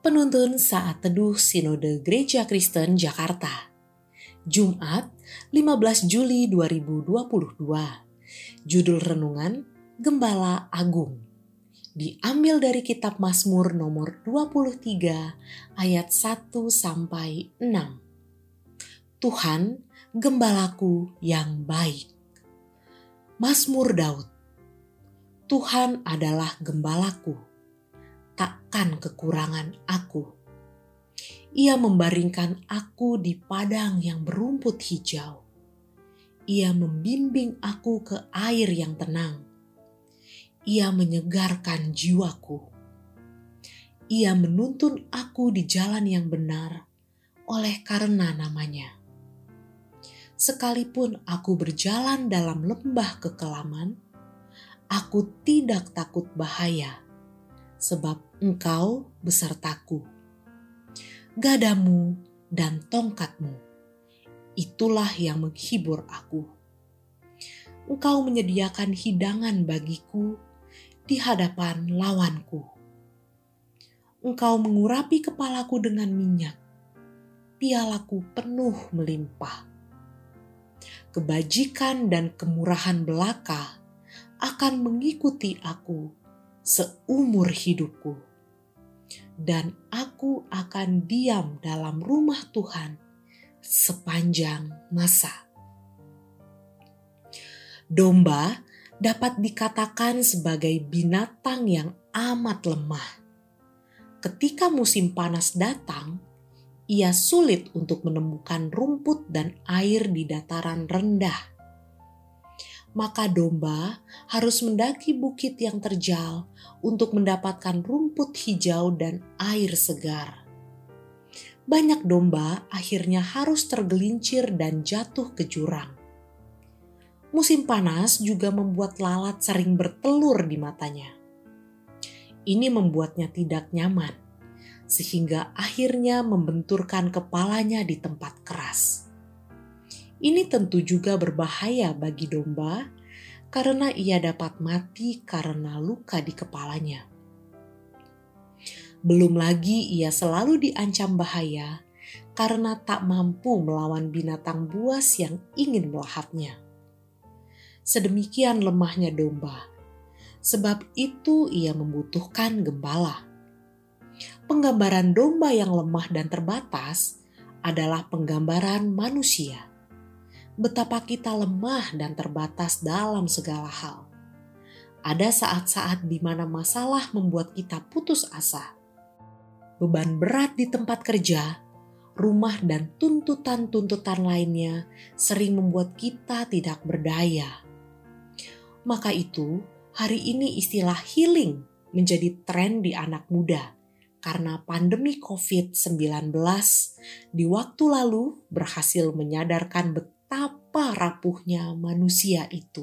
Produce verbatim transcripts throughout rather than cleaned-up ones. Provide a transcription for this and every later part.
Penuntun Saat Teduh Sinode Gereja Kristen Jakarta, Jumat lima belas Juli dua ribu dua puluh dua. Judul renungan Gembala Agung. Diambil dari kitab Mazmur nomor dua puluh tiga ayat satu sampai enam. Tuhan, gembalaku yang baik. Mazmur Daud. Tuhan adalah gembalaku, takkan kekurangan aku. Ia membaringkan aku di padang yang berumput hijau. Ia membimbing aku ke air yang tenang. Ia menyegarkan jiwaku. Ia menuntun aku di jalan yang benar oleh karena namanya. Sekalipun aku berjalan dalam lembah kekelaman, aku tidak takut bahaya, sebab Engkau besertaku. Gadamu dan tongkatmu, itulah yang menghibur aku. Engkau menyediakan hidangan bagiku di hadapan lawanku. Engkau mengurapi kepalaku dengan minyak, pialaku penuh melimpah. Kebajikan dan kemurahan belaka akan mengikuti aku seumur hidupku, dan aku akan diam dalam rumah Tuhan sepanjang masa. Domba dapat dikatakan sebagai binatang yang amat lemah. Ketika musim panas datang, ia sulit untuk menemukan rumput dan air di dataran rendah. Maka domba harus mendaki bukit yang terjal untuk mendapatkan rumput hijau dan air segar. Banyak domba akhirnya harus tergelincir dan jatuh ke jurang. Musim panas juga membuat lalat sering bertelur di matanya. Ini membuatnya tidak nyaman, sehingga akhirnya membenturkan kepalanya di tempat keras. Ini tentu juga berbahaya bagi domba karena ia dapat mati karena luka di kepalanya. Belum lagi ia selalu diancam bahaya karena tak mampu melawan binatang buas yang ingin melahapnya. Sedemikian lemahnya domba, sebab itu ia membutuhkan gembala. Penggambaran domba yang lemah dan terbatas adalah penggambaran manusia. Betapa kita lemah dan terbatas dalam segala hal. Ada saat-saat di mana masalah membuat kita putus asa. Beban berat di tempat kerja, rumah dan tuntutan-tuntutan lainnya sering membuat kita tidak berdaya. Maka itu, hari ini istilah healing menjadi tren di anak muda karena pandemi covid sembilan belas di waktu lalu berhasil menyadarkan betapa rapuhnya manusia itu.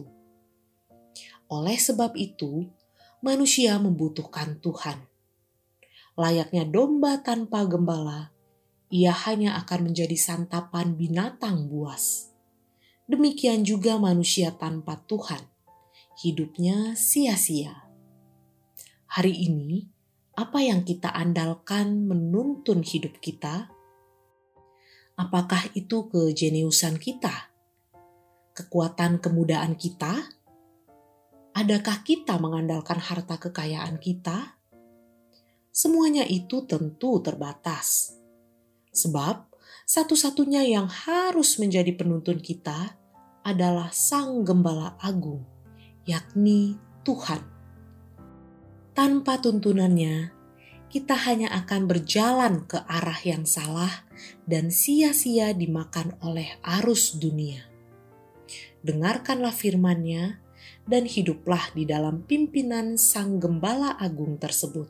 Oleh sebab itu, manusia membutuhkan Tuhan. Layaknya domba tanpa gembala, ia hanya akan menjadi santapan binatang buas. Demikian juga manusia tanpa Tuhan, hidupnya sia-sia. Hari ini, apa yang kita andalkan menuntun hidup kita? Apakah itu kejeniusan kita? Kekuatan kemudaan kita? Adakah kita mengandalkan harta kekayaan kita? Semuanya itu tentu terbatas. Sebab satu-satunya yang harus menjadi penuntun kita adalah Sang Gembala Agung, yakni Tuhan. Tanpa tuntunannya, kita hanya akan berjalan ke arah yang salah dan sia-sia dimakan oleh arus dunia. Dengarkanlah firman-Nya dan hiduplah di dalam pimpinan Sang Gembala Agung tersebut.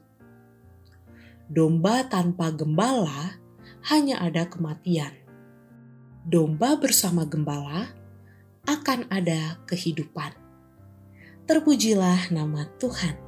Domba tanpa gembala hanya ada kematian. Domba bersama gembala akan ada kehidupan. Terpujilah nama Tuhan.